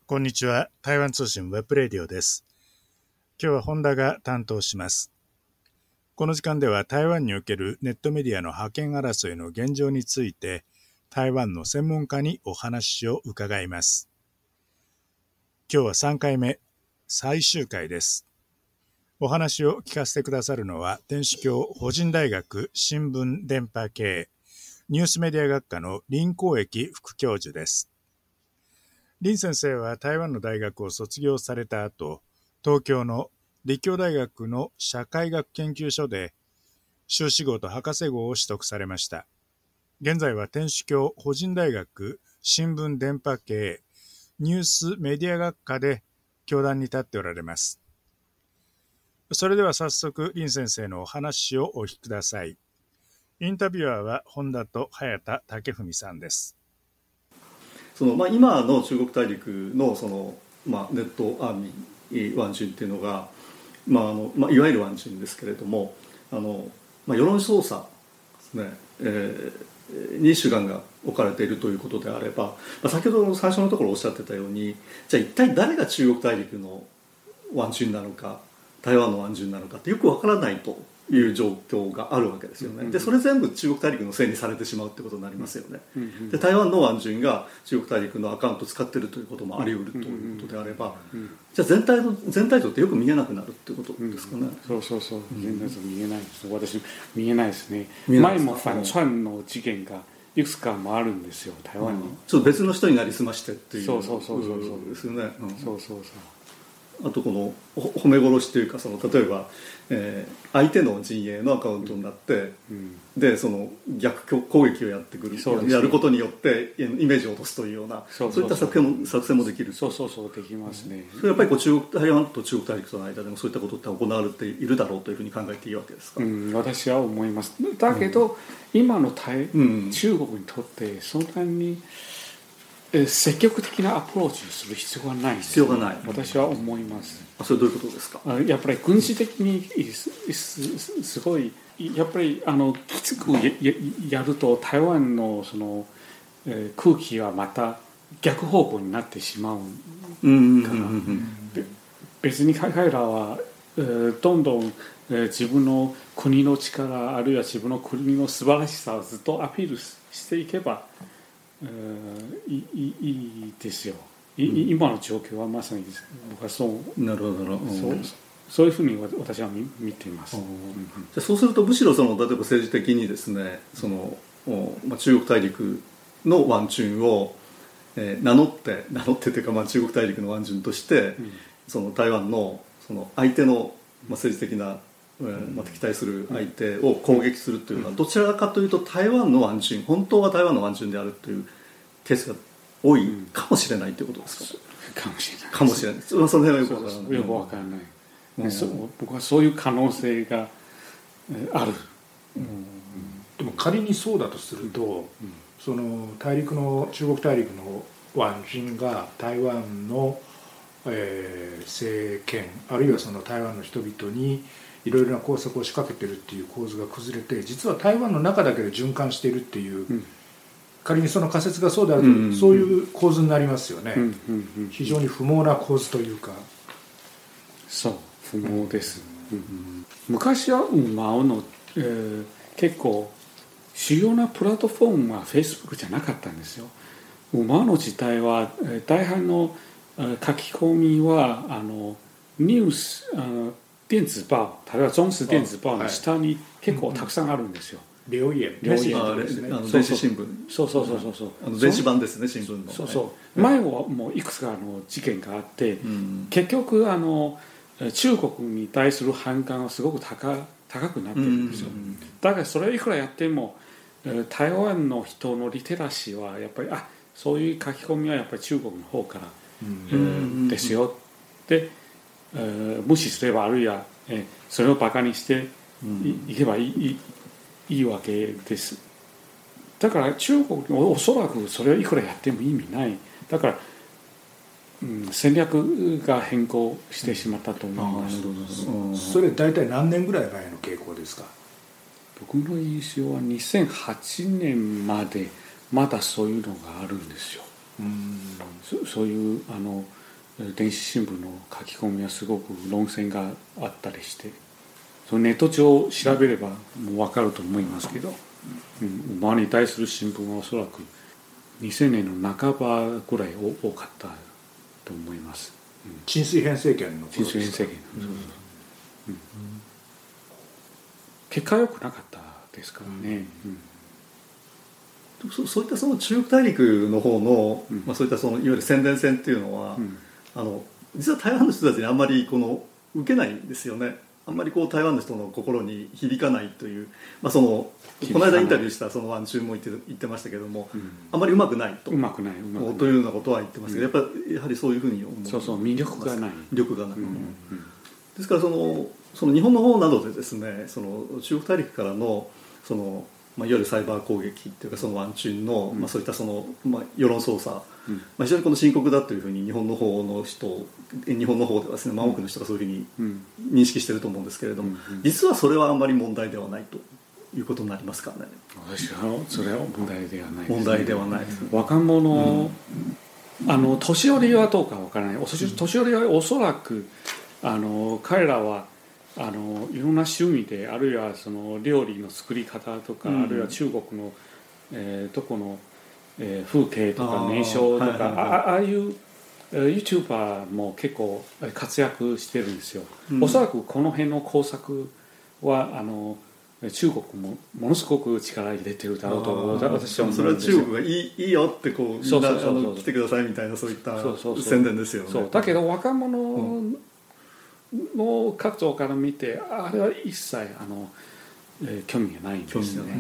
こんにちは。台湾通信ウェブレディオです。今日は本田が担当します。この時間では台湾におけるネットメディアの覇権争いの現状について、台湾の専門家にお話を伺います。今日は3回目、最終回です。お話を聞かせてくださるのは、天主教法人大学新聞電波系ニュースメディア学科の林光益副教授です。林先生は台湾の大学を卒業された後、東京の立教大学の社会学研究所で修士号と博士号を取得されました。現在は天主教法人大学新聞電波系ニュースメディア学科で教壇に立っておられます。それでは早速林先生のお話をお聞きください。インタビュアーは本田と早田武文さんです。 今の中国大陸のネットアーミーワンチュンっていうのが、いわゆるワンチュンですけれども、世論操作ですね、に主眼が置かれているということであれば、先ほどの最初のところおっしゃってたように、じゃあ一体誰が中国大陸のワンチュンなのか台湾のワンチュンなのかってよくわからないという状況があるわけですよね。でそれ全部中国大陸のせいにされてしまうってことになりますよね。で台湾のワンチュンが中国大陸のアカウントを使っているということもあり得るということであれば、じゃあ全体像ってよく見えなくなるってことですかね。 そう全体像見えないです。私見えないですね。前も反串の事件がいくつかもあるんですよ、台湾に。 ちょっと別の人になりすましてっていう。 そうですよね。 そうあとこの褒め殺しというか、例えば、相手の陣営のアカウントになって、でその逆攻撃をやってくる、やることによってイメージを落とすというような、そういった作戦もできる。 そうできますね。 それやっぱり台湾と中国大陸との間でもそういったことって行われているだろうというふうに考えていいわけですか。 私は思います。だけど、今の中国にとってそんなに積極的なアプローチをする必要がない。私は思います。 それどういうことですか。 やっぱり軍事的にすごいやっぱりきつく やると台湾のその空気はまた逆方向になってしまうから、別に彼らはどんどん自分の国の力あるいは自分の国の素晴らしさをずっとアピールしていけばいいですよ。今の状況はまさに僕はそういうふうに私は見ています。 そうするとむしろ例えば政治的にですね、中国大陸のワンチュンを名乗ってというか、中国大陸のワンチュンとして、台湾の相手の政治的な敵対する相手を攻撃するというのは、どちらかというと台湾のワンチュン、本当は台湾のワンチュンであるというケースが多いかもしれないということですか。かもしれない。その辺はよくわからない。 僕はそういう可能性がある。 でも仮にそうだとすると、その中国大陸のワンチュンが台湾の政権あるいはその台湾の人々にいろいろな工作を仕掛けてるっていう構図が崩れて、実は台湾の中だけで循環しているっていう、仮にその仮説がそうであると、そういう構図になりますよね。非常に不毛な構図というか。 そう不毛です。昔は結構主要なプラットフォームは Facebook じゃなかったんですよ。馬の時代は大半の書き込みはニュース電子報、例えば中時電子報の下に結構たくさんあるんですよ。 電子新聞。そう電子版ですね、新聞の。 前はもういくつか事件があって、結局中国に対する反感はすごく高くなってるんですよ。だからそれいくらやっても台湾の人のリテラシーはやっぱりそういう書き込みはやっぱり中国の方からですよで、無視すればあるいはそれをバカにしていけばいいわけです。だから中国おそらくそれをいくらやっても意味ない。だから戦略が変更してしまったと思います。 それ大体何年ぐらい前の傾向ですか。 僕の印象は2008年までまだそういうのがあるんですよ。そういう電子新聞の書き込みはすごく論戦があったりして、そのネット上調べればもう分かると思いますけど、馬に対する新聞はおそらく2000年の半ばぐらい多かったと思います。 陳水扁政権の陳水扁政権、結果良くなかったですからね。 そういったその中国大陸の方の、そういったそのいわゆる宣伝戦っていうのは、実は台湾の人たちにあんまり受けないんですよね。あんまり台湾の人の心に響かないという、この間インタビューしたそのワンチュンも言ってましたけども、あんまりうまくないというようなことは言ってますけど、やはりそういうふうに思う。 魅力がない。 ですからその日本の方などでですね、その中国大陸からのいわゆるサイバー攻撃っていうか、そのワンチュンの、そういった世論操作、非常に深刻だというふうに日本の方ではですね、多くの人がそういうふうに認識していると思うんですけれども、実はそれはあんまり問題ではないということになりますからね。 私はそれは問題ではないですね。 問題ではないです。 若者、年寄りはどうかわからない。年寄りはおそらく彼らはいろんな趣味で、あるいはその料理の作り方とか、あるいは中国の、どこの、風景とか名所とか、ああいう YouTuber も結構活躍してるんですよ。おそらくこの辺の工作は中国もものすごく力入れてるだろうと私は思うんですよ。 それは中国がいいよってみんな来てくださいみたいな、そういった宣伝ですよね。 だけど若者の活動から見て、あれは一切興味がないんですね。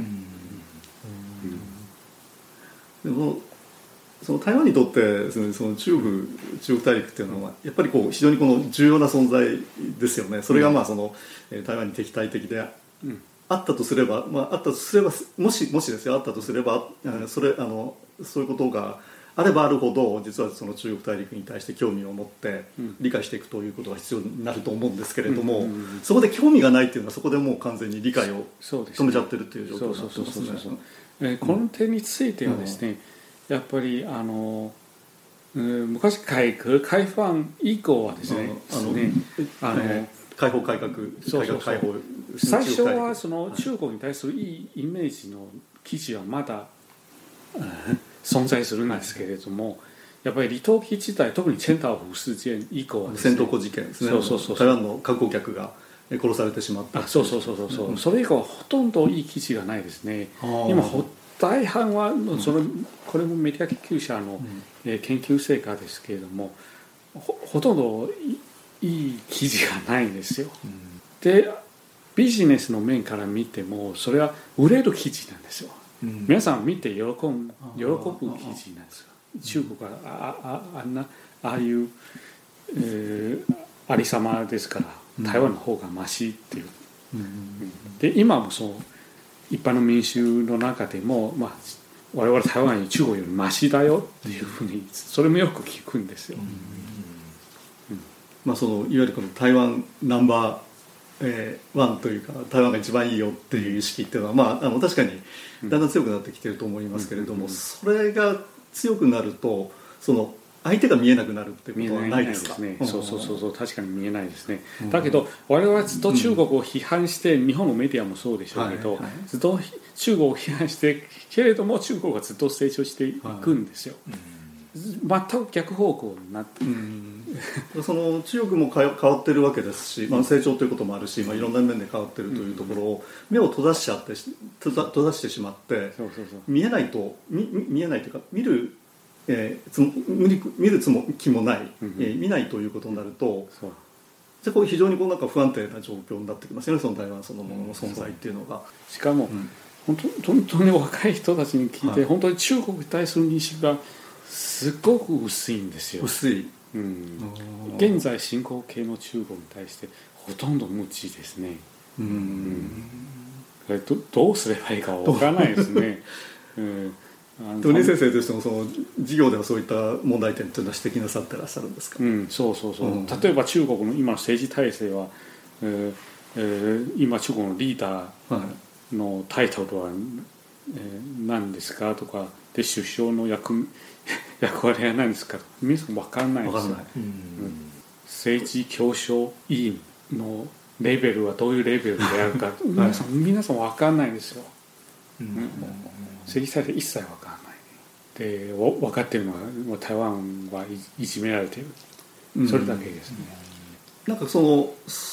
でもその台湾にとってですね、その中国大陸っていうのはやっぱり非常に重要な存在ですよね。それが台湾に敵対的であったとすれば、もしですよ、あったとすれば、そういうことがあればあるほど、実はその中国大陸に対して興味を持って理解していくということが必要になると思うんですけれども、そこで興味がないっていうのは、そこでもう完全に理解を止めちゃってるという状況になってますね。 この点についてはですね、やっぱり昔改革開放以降はですね、 開放改革最初はその中国に対するいいイメージの記事はまだ存在するんですけれども、やっぱり李登輝自体、特に千島湖事件以降はですね、 戦闘湖事件ですね。台湾の観光客が殺されてしまった。 それ以降はほとんどいい記事がないですね。今大半はこれもメディア研究者の研究成果ですけれども、ほとんどいい記事がないんですよ。でビジネスの面から見てもそれは売れる記事なんですよ。皆さん見て喜ぶ記事なんですよ。中国はああいう、ありさまですから、台湾の方がマシっていう、で今もそう一般の民衆の中でも、我々台湾より中国よりマシだよっていうふうに、それもよく聞くんですよ。 いわゆるこの台湾ナンバーワンというか、台湾が一番いいよっていう意識っていうのは、確かにだんだん強くなってきてると思いますけれども、それが強くなると相手が見えなくなるっていうことはないですか？ そう確かに見えないですね。だけど我々はずっと中国を批判して、日本のメディアもそうでしょうけど、ずっと中国を批判してけれども、中国はずっと成長していくんですよ。全く逆方向になって中国も変わってるわけですし、成長ということもあるし、いろんな面で変わってるというところを目を閉ざしてしまって、見えないというか、見る気もない、見ないということになると、じゃあ非常に不安定な状況になってきますよね、その台湾そのものの存在っていうのが。 しかも、本当に若い人たちに聞いて、本当に中国に対する認識がすごく薄いんですよ。 薄い、 現在進行形の中国に対してほとんど無知ですね。どうすればいいかわからないですね。 李先生としても授業ではそういった問題点というのは指摘なさってらっしゃるんですか？ 例えば中国の今の政治体制は、今中国のリーダーのタイトルは何ですかとかで、首相の役役割は何ですか、皆さん分かんないですよ。 分からない、 政治協商委員のレベルはどういうレベルであるか皆さん分かんないですよ。政治体制一切分かんないで、分かってるのはもう台湾はいじめられてる、それだけですね。 なんかその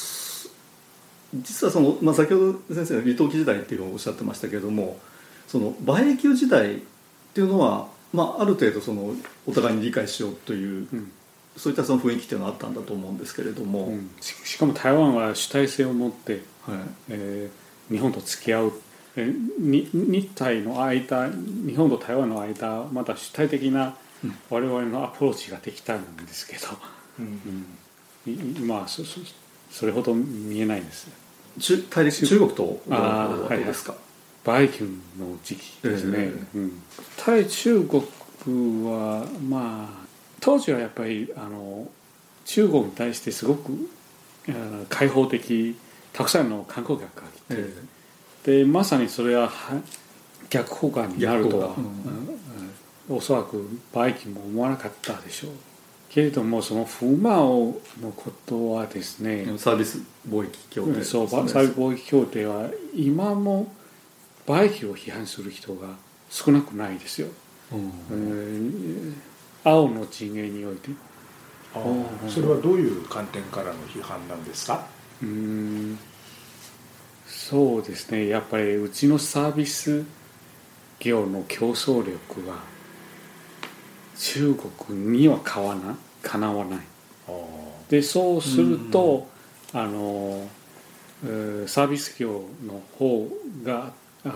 実はその、先ほど先生が李登輝時代っていうのをおっしゃってましたけれども、その馬英九時代っていうのは、ある程度そのお互いに理解しようという、そういったその雰囲気っていうのはあったんだと思うんですけれども、 しかも台湾は主体性を持って、日本と付き合う、日台の間、日本と台湾の間また主体的な我々のアプローチができたんですけど、今はそれほど見えないです。 中国とどうですか。 馬英九の時期ですね。対中国は当時はやっぱり中国に対してすごく開放的、たくさんの観光客が来て、でまさにそれは逆効果になるとは、おそらく馬英九も思わなかったでしょうけれども、そのフマオのことはですね、 サービス貿易協定、 サービス貿易協定は今も馬英九を批判する人が少なくないですよ。青の陣営において。 それはどういう観点からの批判なんですか。 そうですね、やっぱりうちのサービス業の競争力は中国にはかなわない。でそうすると、サービス業の方が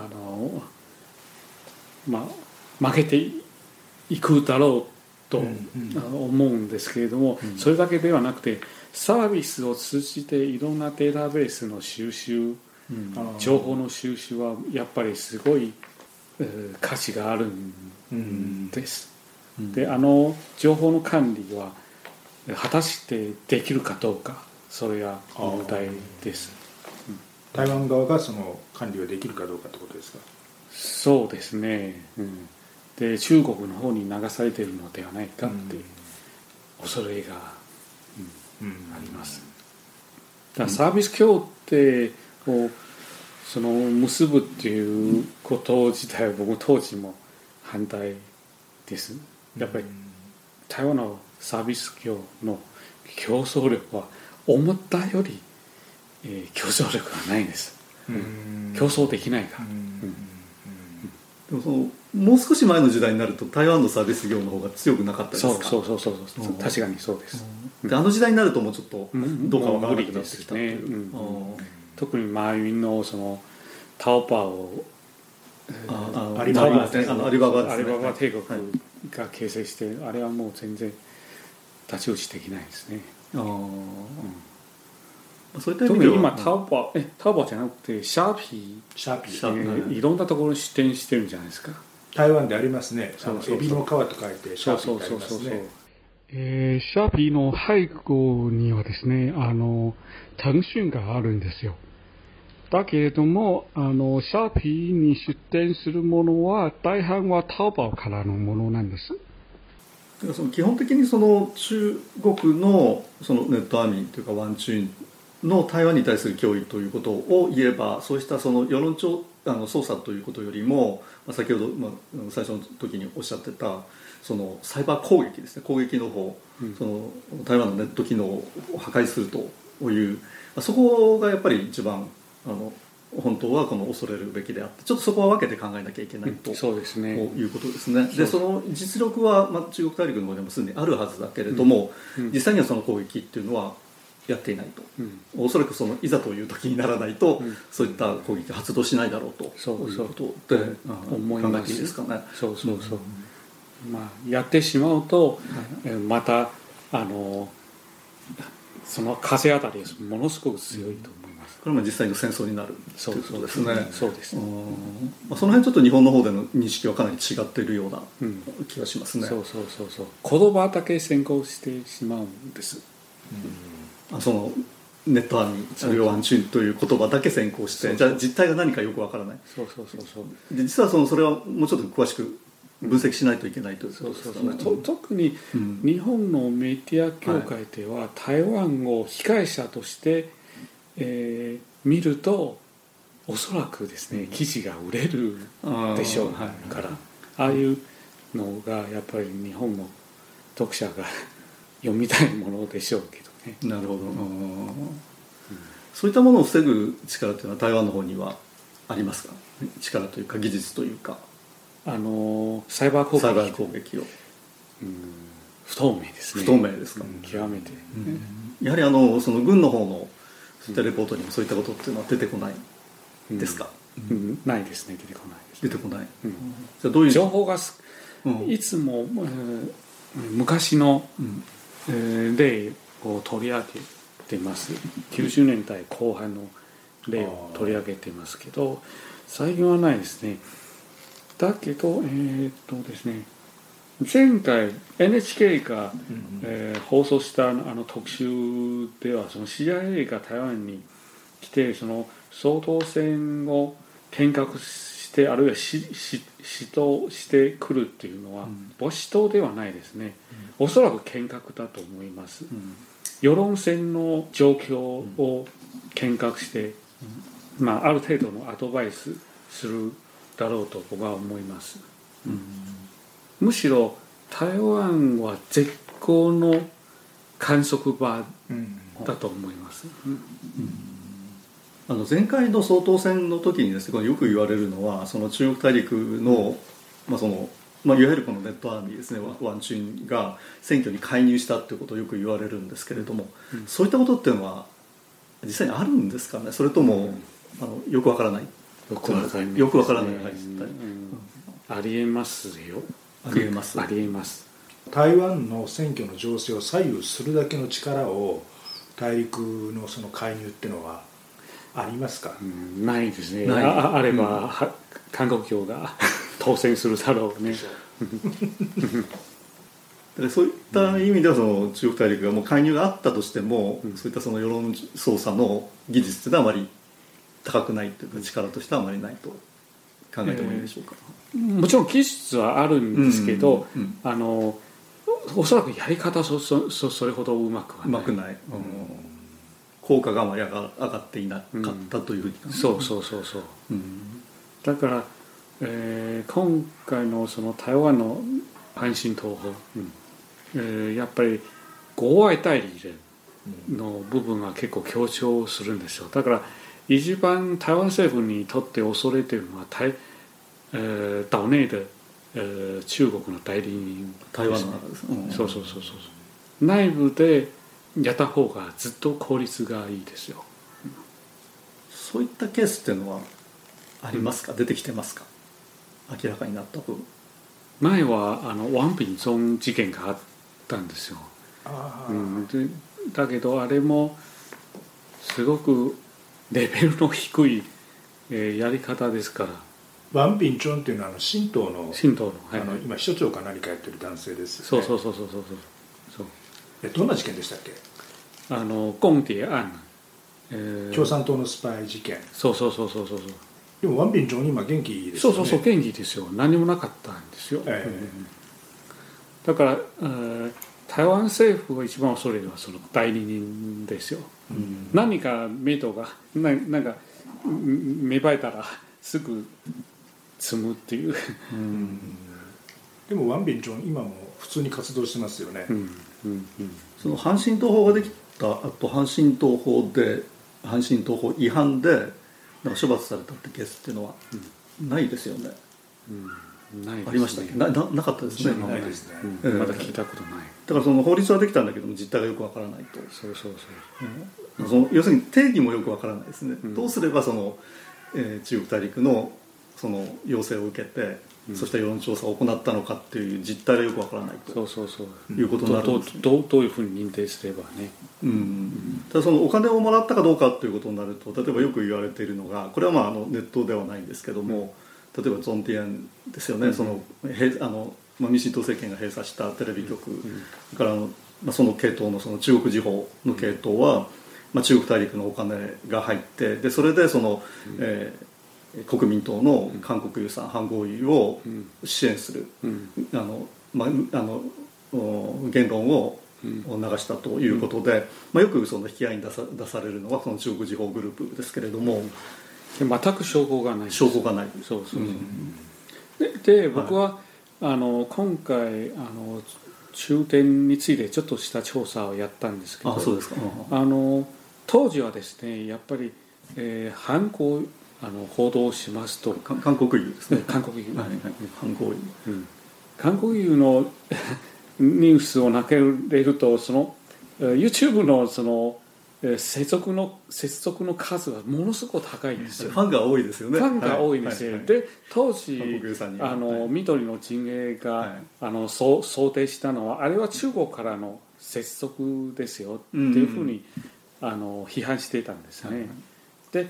負けていくだろうと思うんですけれども、それだけではなくてサービスを通じていろんなデータベースの収集、情報の収集はやっぱりすごい価値があるんです。で情報の管理は果たしてできるかどうか、それが問題です。 台湾側がその管理ができるかどうかってことですか。 そうですね、で中国の方に流されているのではないかって恐れが、あります。だからサービス協定を結ぶっていうこと自体は僕当時も反対です。やっぱり台湾のサービス業の競争力は思ったより、競争力がないんです。競争できないから。 でももう少し前の時代になると台湾のサービス業の方が強くなかったですか。 そう確かにそうです。 で時代になるともうちょっとどうかわからなくなってきたっていう。 特にマーユンのタオパオ、 アリババ帝国が形成して、あれはもう全然太刀打ちできないですね。 そういった意味では今タオパじゃなくてシャーピー、いろんなところに出店してるんじゃないですか。 台湾でありますね。エビの皮と書いてシャーピーってありますね。 シャーピーの背後にはですね、騰訊があるんですよ。だけれどもシャーピーに出店するものは大半はタオパオからのものなんです。 基本的に中国のネットアーミンというかワンチューンの台湾に対する脅威ということを言えば、そうした世論操作ということよりも、先ほど、最初の時におっしゃってたサイバー攻撃ですね、攻撃の方、台湾のネット機能を破壊するという、そこがやっぱり一番本当は恐れるべきであって、ちょっとそこは分けて考えなきゃいけないと、 そうですね、 いうことですね。でその実力は、中国大陸の方でもすでにあるはずだけれども、実際にはその攻撃っていうのはやっていないと、おそらくいざという時にならないと、そういった攻撃発動しないだろうということで思います。 考えていいですかね。 やってしまうと、またその風当たりがものすごく強いと思います。 これも実際の戦争になるということですね。 そうです。 その辺ちょっと日本の方での認識はかなり違っているような気がしますね。 そう言葉だけ先行してしまうんです。 ネットアーミー、あるいはワンチューンという言葉だけ先行して、じゃあ実態が何かよくわからない。で実はそれはもうちょっと詳しく分析しないといけないということですかね。 特に日本のメディア協会では、台湾を被害者として、見るとおそらくですね記事が売れるでしょうから、ああいうのがやっぱり日本の読者が読みたいものでしょうけどね。 なるほど、そういったものを防ぐ力というのは台湾の方にはありますか？力というか技術というか、 サイバー攻撃を、不透明ですね。 不透明ですか？ 極めて、 やはりその軍の方のそういったレポートにもそういったことっていうのは出てこないですか？ ないですね。出てこないです。 出てこない、じゃあどういう情報がいつも、昔の、例を取り上げてます。90年代後半の例を取り上げてますけど、最近はないですね。だけどですね、前回 NHK が、放送した特集では、その CIA が台湾に来てその総統選を見学して、あるいは指導してくるっていうのは、母子党ではないですね。おそらく見学だと思います。世論戦の状況を見学して、ある程度のアドバイスするだろうと僕は思います。むしろ台湾は絶好の観測場だと思います。 前回の総統選の時にですね、よく言われるのは、その中国大陸の、いわゆるこのネットアーミーですね、ワンチュンが選挙に介入したということをよく言われるんですけれども、そういったことっていうのは実際にあるんですかね？それとも、よくわからない？よくわからない、 ありえますよ。 ありえます。 台湾の選挙の情勢を左右するだけの力を大陸のその介入っていうのはありますか？ ないですね。あれば、韓国教が当選するだろうね。 そういった意味では、その中国大陸がもう介入があったとしても、そういったその世論操作の技術というのはあまり高くないというか、力としてはあまりないと考えてもいいでしょうか？ もちろん技術はあるんですけど、おそらくやり方はそれほどうまくはない。 効果があまり上がっていなかったというふうに、 そう、だから、今回のその台湾の阪神東宝、やっぱり合愛代理人の部分が結構強調するんですよ。だから一番台湾政府にとって恐れているのは島内で、中国の代理人、 台湾の中ですね。 そう。内部でやった方がずっと効率がいいですよ。 そういったケースっていうのはありますか？出てきてますか？明らかになった部分。 前はワンピンゾン事件があったんですよ。だけどあれもすごくレベルの低い、やり方ですから。 ワンピンチョンっていうのは新党の、今秘書長か何かやってる男性ですよね。そう。どんな事件でしたっけ？ 共谍案、 共産党のスパイ事件。 そう。 でもワンピンチョン今元気ですよね。 そう元気ですよ。何もなかったんですよ。だから、台湾政府が一番恐れるのはその代理人ですよ。何かメドがなんか芽生えたらすぐ積むっていう。 でもワンビンチョン今も普通に活動してますよね。 その阪神東宝ができた後、阪神東宝違反でなんか処罰されたってケースっていうのはないですよね。 ないですね。 ありましたっけ？なかったですね。 ないですね。 まだ聞いたことない。 だからその法律はできたんだけども実態がよくわからないと。 そう。 要するに定義もよくわからないですね。どうすればその、中国大陸のその要請を受けて、そうした世論調査を行ったのかっていう実態がよくわからないと。いうことになるんですね。 どういうふうに認定すればね。 ただそのお金をもらったかどうかということになると、例えばよく言われているのが、これはネットではないんですけども、例えばゾンティエンですよね。その民進党政権が閉鎖したテレビ局からその系統のその中国時報の系統は、中国大陸のお金が入って、でそれでその、 国民党の韓国ユさん韓国瑜を支援する、言論を流したということで、よくその引き合いに出されるのはその中国時報グループですけれども、 全く証拠がない。 証拠がない。 そうそうそう、で僕は、今回中天についてちょっとした調査をやったんですけど、 そうですか。 当時はですねやっぱり、韓国報道をしますと韓国瑜ですね。 韓国瑜、 韓国瑜のニュースを投げれるとその YouTube のその接続の数はものすごく高いんですよ。 ファンが多いですよね。 ファンが多いんですよ。で当時緑の陣営が、想定したのはあれは中国からの接続ですよっていうふうに批判していたんですね。で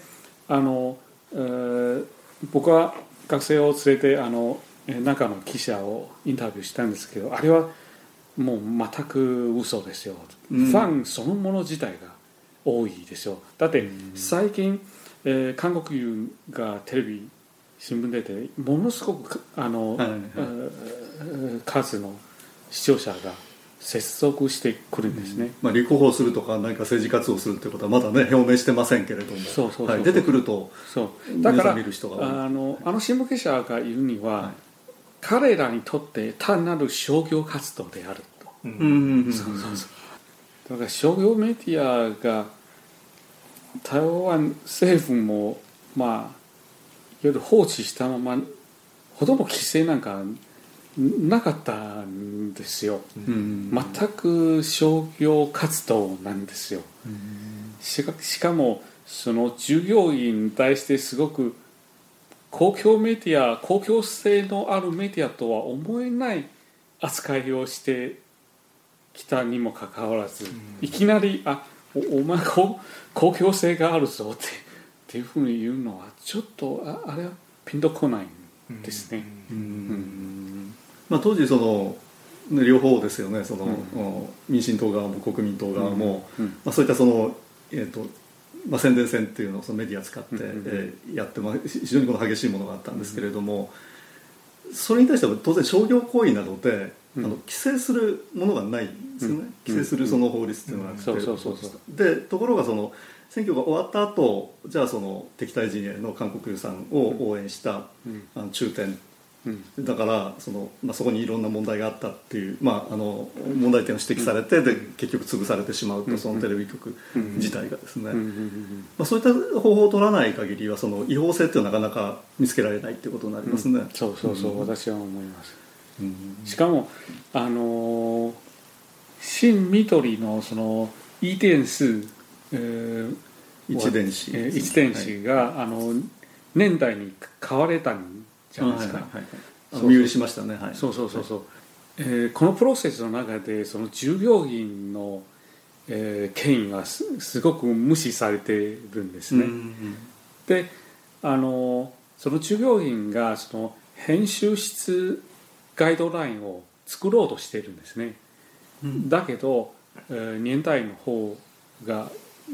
僕は学生を連れて中の記者をインタビューしたんですけど、あれはもう全く嘘ですよ。ファンそのもの自体が多いですよ。だって最近、韓国瑜がテレビ新聞出てものすごく数の視聴者が接続してくるんですね。 立候補するとか何か政治活動するということはまだね表明してませんけれども、出てくるとだから見る人が多い。 新聞記者が言うには、彼らにとって単なる商業活動であると。だから商業メディアが台湾政府もいわゆる放置したままほとんど規制なんかなかったんですよ。全く商業活動なんですよ。しかもその従業員に対してすごく公共性のあるメディアとは思えない扱いをしてきたにもかかわらず、いきなりお前公共性があるぞっていうふうに言うのはちょっとあれはピンとこないんですね。 当時その両方ですよね。その、民進党側も国民党側も、そういったその宣伝戦っていうのをそのメディア使って、やって、非常にこの激しいものがあったんですけれども、それに対しては当然商業行為などで規制するものがないんですよね。規制するその法律っていうのがなくて、でところがその選挙が終わった後、じゃあその敵対陣営の韓国さんを応援した中天だからそこにいろんな問題があったっていう、問題点を指摘されて、で結局潰されてしまうと、そのテレビ局自体がですね、そういった方法を取らない限りはその違法性っていうのはなかなか見つけられないっていうことになりますね。 私は思います。しかも新緑のそのイ電子一電子が年代に買われたんじゃないですか。 身売りしましたね。 このプロセスの中でその従業員の、権威がすごく無視されてるんですね。でその従業員がその編集室ガイドラインを作ろうとしているんですね。だけど、年代の方が、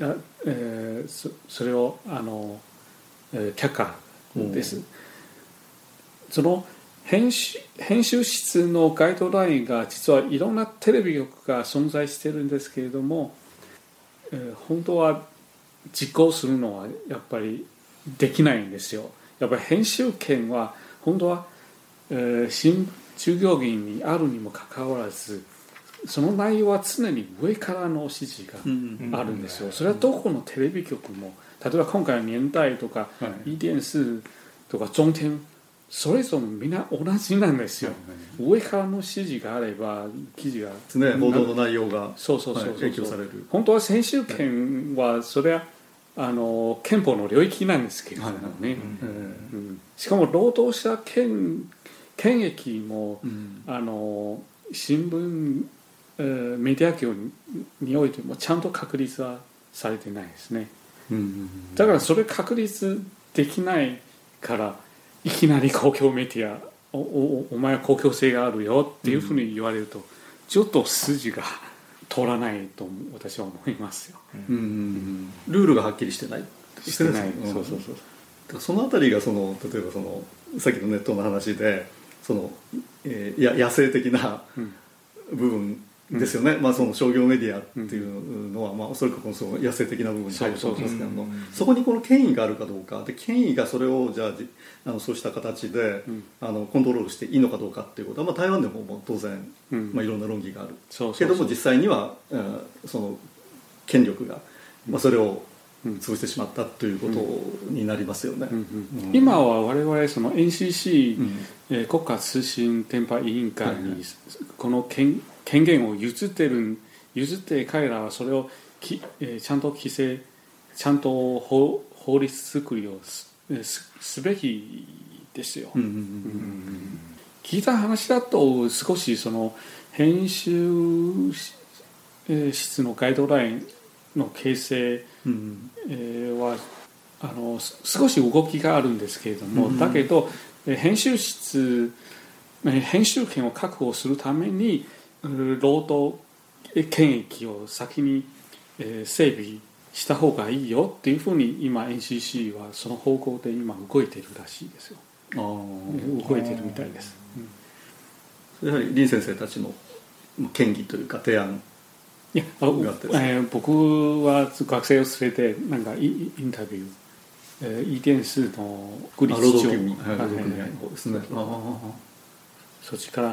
それを却下です。その編集室のガイドラインが実はいろんなテレビ局が存在しているんですけれども、本当は実行するのはやっぱりできないんですよ。やっぱり編集権は本当は、新従業員にあるにもかかわらず、その内容は常に上からの指示があるんですよ。それはどこのテレビ局も、例えば今回の年代とか、イ電視とか中天、それぞれみんな同じなんですよ。上からの指示があれば記事が報道の内容が影響される。 本当は編集権はそれは憲法の領域なんですけれどもね。しかも労働者権益も、新聞メディア業においてもちゃんと確立はされてないですね。だからそれ確立できないからいきなり公共メディア お前は公共性があるよっていうふうに言われると、ちょっと筋が通らないと私は思いますよ。 ルールがはっきりしてない。 してない。 そのあたりが例えばさっきのネットの話で野生的な部分ですよね、その商業メディアっていうのは、おそらくその野生的な部分に入ると思うんですけども、そこにこの権威があるかどうかで、権威がそれをじゃあそうした形で、コントロールしていいのかどうかっていうことは、台湾でも当然、いろんな論議があるけども、実際にはその権力が、それを潰してしまったということになりますよね。 今は我々その NCC、国家通信電波委員会にこの権限を譲って彼らはそれをちゃんと規制、ちゃんと法律作りをすべきですよ。聞いた話だと少しその編集室のガイドラインの形成は少し動きがあるんですけれども、だけど編集権を確保するために労働権益を先に整備した方がいいよっていうふうに今 NCC はその方向で今動いているらしいですよ。動いているみたいです。 やはり林先生たちの権利というか提案いや僕は学生を連れてなんかインタビュー、イーテンスのグリッチ長ですね。 そっちから、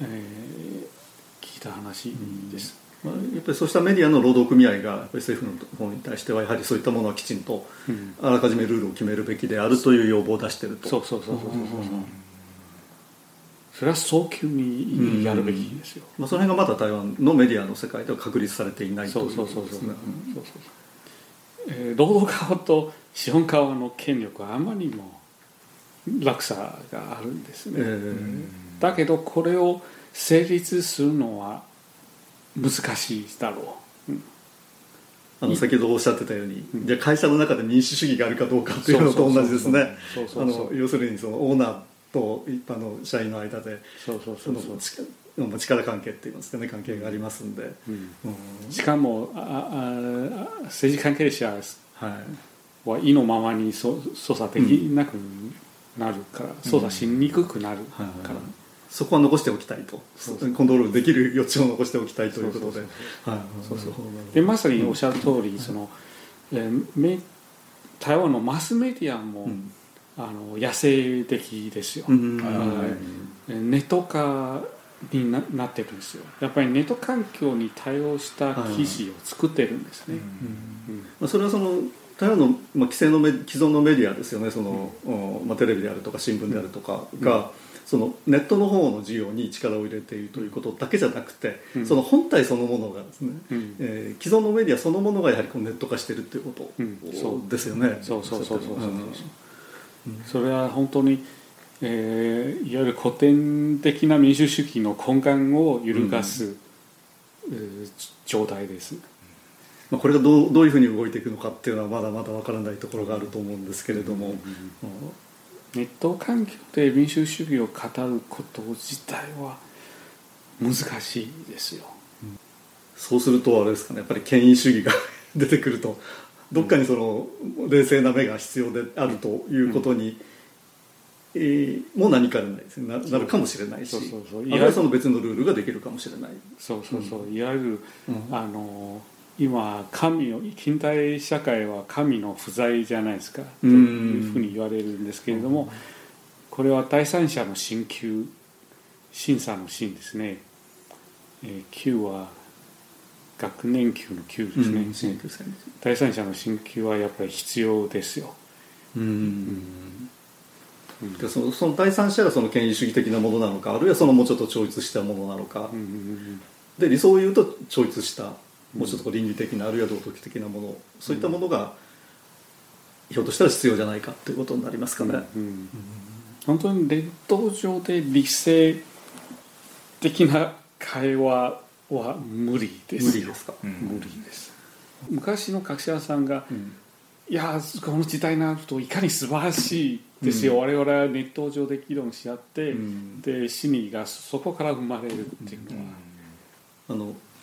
聞いた話です。 やっぱりそうしたメディアの労働組合がやっぱり政府の方に対してはやはりそういったものはきちんとあらかじめルールを決めるべきであるという要望を出していると。 そうそれは早急にやるべきですよ。 その辺がまだ台湾のメディアの世界では確立されていないということですね。 労働側と資本側の権力はあまりにも落差があるんですね。だけどこれを成立するのは難しいだろう。先ほどおっしゃってたように、じゃあ会社の中で民主主義があるかどうかっていうのと同じですね。要するにそのオーナーと一般の社員の間で力関係っていいますかね、関係がありますんで、 しかも政治関係者は意のままに操作できなくなるから、操作しにくくなるから、 そこは残しておきたいと、コントロールできる余地を残しておきたいということで、まさにおっしゃる通り、台湾のマスメディアも、野生的ですよ。ネット化に なってるんですよ。やっぱりネット環境に対応した記事を作ってるんですね。 それは台湾の既存のメディアですよね。テレビであるとか新聞であるとかが、ネットの方の事業に力を入れているということだけじゃなくて、その本体そのものがですね、既存のメディアそのものがやはりネット化しているということですよね。 それは本当に、いわゆる古典的な民主主義の根幹を揺るがす、状態です。 これがどういうふうに動いていくのかっていうのはまだまだわからないところがあると思うんですけれども、 ネット環境で民主主義を語ること自体は難しいですよ。 そうするとあれですかね、やっぱり権威主義が出てくると、どっかに冷静な目が必要であるということに、もう何かなるかもしれないし、あるいは別のルールができるかもしれない。 いわゆる、今近代社会は神の不在じゃないですかというふうに言われるんですけれども、これは第三者の審査の審ですね。級は学年級の級ですね。第三者の審級はやっぱり必要ですよ。 その第三者が権威主義的なものなのか、あるいはもうちょっと超越したものなのか、で理想を言うと超越したもうちょっと倫理的なあるいは道徳的なもの、そういったものがひょっとしたら必要じゃないかということになりますかね。 本当にネット上で理性的な会話は無理ですよ。 無理ですか。 無理です。昔の学者さんが、いやこの時代になるといかに素晴らしいですよ、我々はネット上で議論し合って、で真理がそこから生まれるっていうのは、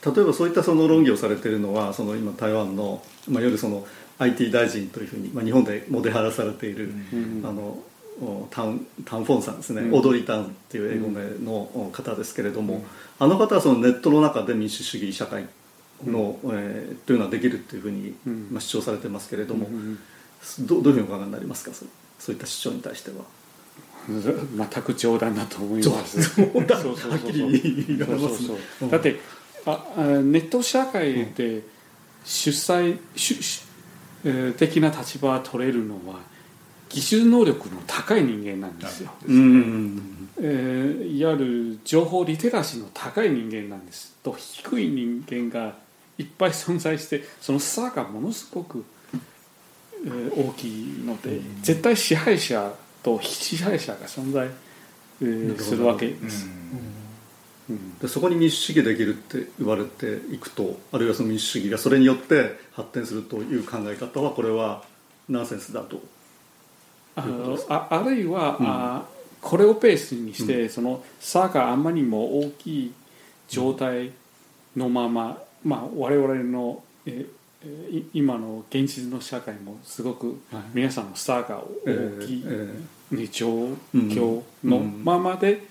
例えばそういったその論議をされているのはその今台湾の、いわゆるその IT 大臣というふうに、日本でもてはらされている、タン・フォンさんですね、オードリー・タンっていう英語名の方ですけれども、あの方はそのネットの中で民主主義社会の、というのはできるというふうに、主張されてますけれども、どういうふうにお考えになりますか、そういった主張に対しては。 全く冗談だと思います。 はっきり言われますね。 だってネット社会で主催的な立場を取れるのは技術能力の高い人間なんですよ。いわゆる情報リテラシーの高い人間なんです。と低い人間がいっぱい存在して、その差がものすごく大きいので、絶対支配者と非支配者が存在するわけです。 でそこに民主主義できるって言われていくと、あるいはその民主主義がそれによって発展するという考え方は、これはナンセンスだと。 あるいは、これをペースにして、その差があまりにも大きい状態のまま、我々の、今の現実の社会もすごく皆さんの差が大きい、状況のままで、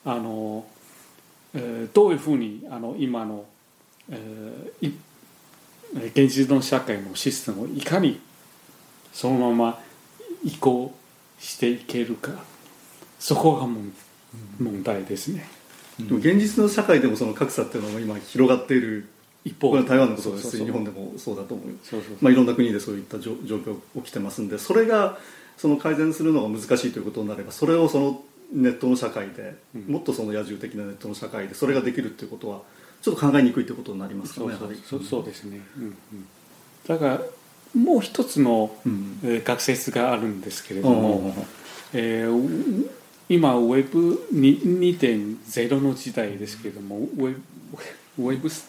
どういうふうに今の、現実の社会のシステムをいかにそのまま移行していけるか、そこが問題ですね。 でも現実の社会でもその格差っていうのも今広がっている一方、これは台湾のことですし、日本でもそうだと思う。いろんな国でそういった状況起きてますんで、それがその改善するのが難しいということになれば、それをそのネットの社会で、もっとその野獣的なネットの社会でそれができるということはちょっと考えにくいということになりますかね。 そうですね。だからもう一つの学説があるんですけれども、今ウェブ 2.0 の時代ですけれども、ウェブ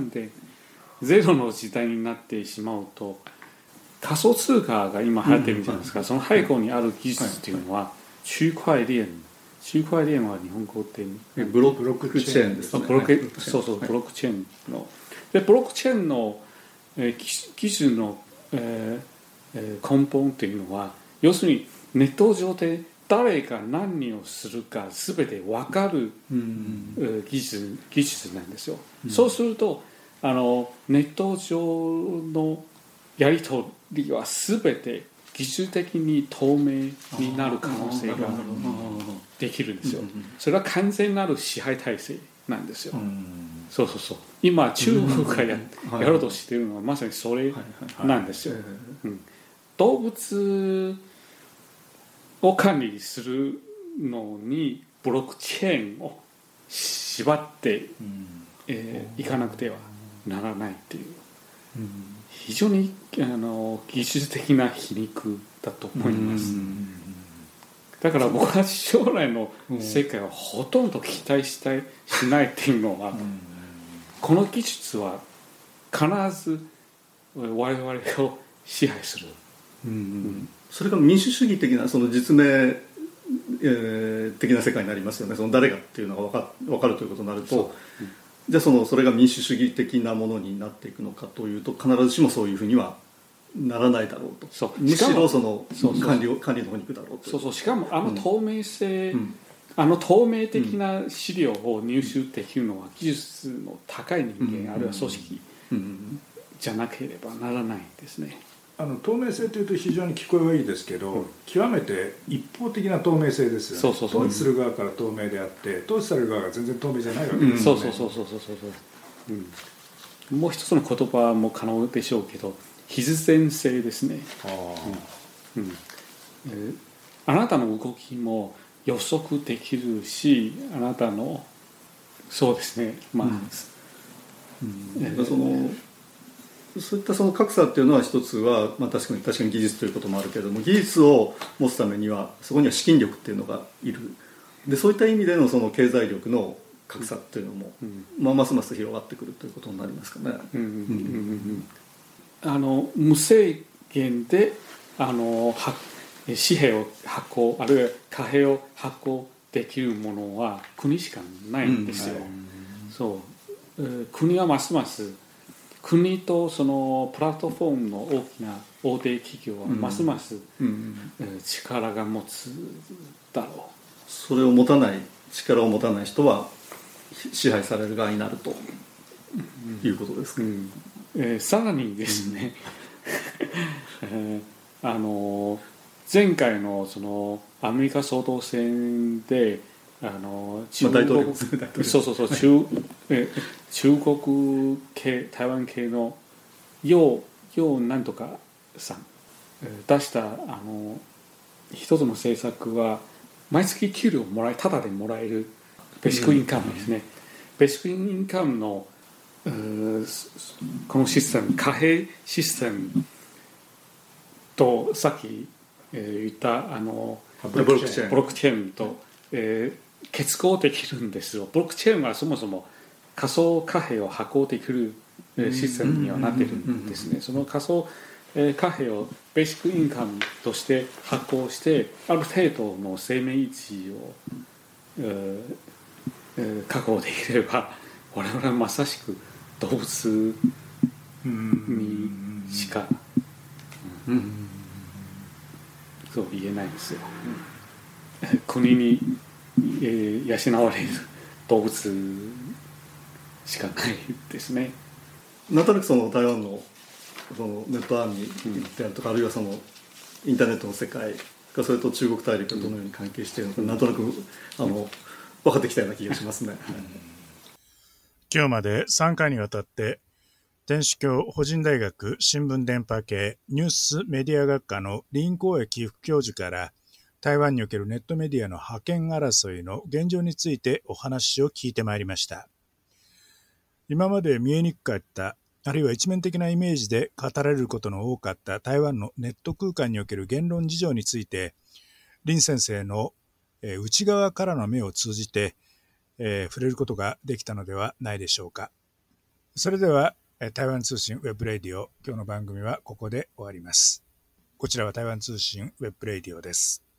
3.0 の時代になってしまうと、仮想通貨が今流行ってるじゃないですか。その背後にある技術というのは区塊鏈は日本語でブロックチェーンですね。 ブロックチェーンので、ブロックチェーンの技術の根本というのは、要するにネット上で誰が何をするか全て分かる技術なんですよ。そうするとネット上のやり取りは全て技術的に透明になる可能性ができるんですよ。それは完全なる支配体制なんですよ。そう今中国がやろうとしているのはまさにそれなんですよ。動物を管理するのにブロックチェーンを縛っていかなくてはならないっていう、非常に技術的な皮肉だと思います。だから僕は将来の世界はほとんど期待しないっていうのは、この技術は必ず我々を支配する。 それが民主主義的なその実名、的な世界になりますよね。その誰がっていうのが分かるということになると、じゃあそれが民主主義的なものになっていくのかというと、必ずしもそういうふうにはならないだろうと。むしろその管理の方に行くだろうと。 しかも透明性、透明的な資料を入手できるのは技術の高い人間、あるいは組織じゃなければならないですね。 透明性というと非常に聞こえはいいですけど、極めて一方的な透明性ですよね。統治する側から透明であって、統治される側が全然透明じゃないわけですよね。 もう一つの言葉も可能でしょうけど、必然性ですね。あなたの動きも予測できるし、あなたのそうですね、 そういったその格差っていうのは一つは、確かに技術ということもあるけれども、技術を持つためにはそこには資金力っていうのがいる。でそういった意味でのその経済力の格差っていうのも、ますます広がってくるということになりますかね。 無制限で紙幣を発行、あるいは貨幣を発行できるものは国しかないんですよ。 国はますます国とそのプラットフォームの大きな大手企業はますます力が持つだろう。 それを力を持たない人は支配される側になるということですか。 さらにですね、前回のそのアメリカ総統選で中国、中国系台湾系の楊なんとかさん出した一つの政策は毎月給料をタダでもらえるベーシックインカムですね。ベーシックインカムのこのシステム、貨幣システムとさっき言ったブロックチェーンと結合できるんですよ。ブロックチェーンはそもそも仮想貨幣を発行できるシステムにはなっているんですね。その仮想貨幣をベーシックインカムとして発行してある程度の生命維持を確保できれば我々はまさしく動物にしかそう言えないんですよ。国に養われる動物しかないですね。 なんとなくその台湾のそのネットアーミーであるとか、あるいはそのインターネットの世界がそれと中国大陸がどのように関係しているのか、なんとなく分かってきたような気がしますね。 今日まで3回にわたって天主教法人大学新聞電波系ニュースメディア学科の林光益副教授から台湾におけるネットメディアの覇権争いの現状についてお話を聞いてまいりました。今まで見えにくかった、あるいは一面的なイメージで語られることの多かった台湾のネット空間における言論事情について、林先生の内側からの目を通じて触れることができたのではないでしょうか。それでは台湾通信ウェブレディオ、今日の番組はここで終わります。こちらは台湾通信ウェブレディオです。